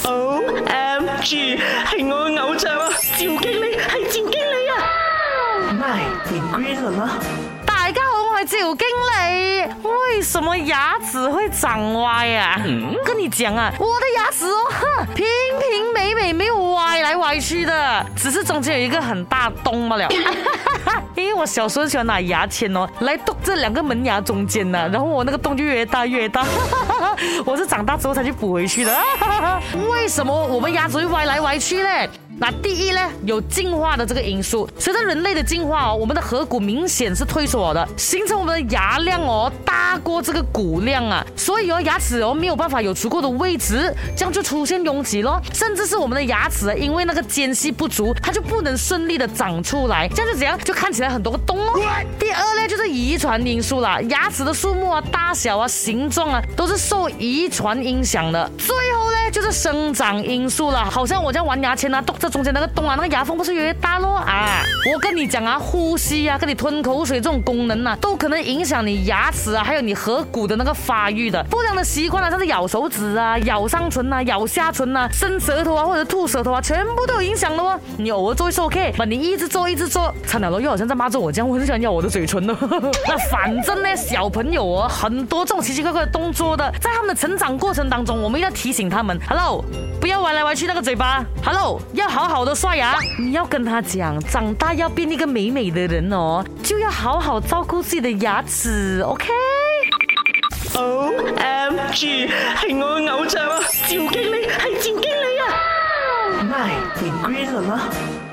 OMG， 係我嘅偶像啊！趙經理係趙經理啊！MY， 你 green 了嗎？ 大家好，我係趙經理。為什麼牙齒會長歪啊？跟你講啊，我的牙齒哦，平平美美，沒有歪來歪去的，只是中間有一個很大洞罷了。因為我小時候喜歡拿牙籤哦，來篤這兩個門牙中間呢，然後我那個洞就越大越大。我是長大之後才去補回去的。為什麼我們牙齒會歪來歪去呢？那第一呢，有進化的這個因素。隨着人類的進化哦，我們的頜骨明顯是退縮的，形成我們的牙量哦大過這個骨量啊，所以哦牙齒哦沒有辦法有足夠的位置，這樣就出現擁擠咯，甚至是我們的牙齒因為那個間隙不足，它就不能順利的長出來，這樣就怎樣就看起來很多個洞哦。第二呢，就是遺傳因素啦，牙齒的數目啊、大小啊、形狀啊，都是受遺傳影響的。最後呢，就是生長因素啦，好像我這樣玩牙籤啊，篤這中間那個洞啊，那個牙縫不是越大咯啊！我跟你講啊，呼吸啊，跟你吞口水這種功能啊，都可能影響你牙齒啊，還有你頜骨的那個發育的。不良的習慣啊，像是咬手指啊、咬上唇啊、咬下唇啊、伸舌頭啊或者吐舌頭啊，全部都有影響的哦。你偶爾做一次 OK， 你一直做，差點咯，又好像在罵着我這樣，我很喜歡咬我的嘴唇的。那反正呢，小朋友哦，很多這種奇奇怪怪的動作的，在他們的成長過程當中，我們要提醒他們 ，Hello， 不要歪來歪去那個嘴巴 ，Hello， 要好好的刷牙。你要跟他講，長大要變一個美美的人哦，就要好好照顧自己的牙齒 ，OK？OMG， 係我嘅偶像啊！趙經理係趙經理啊！MY，你 green 了嗎？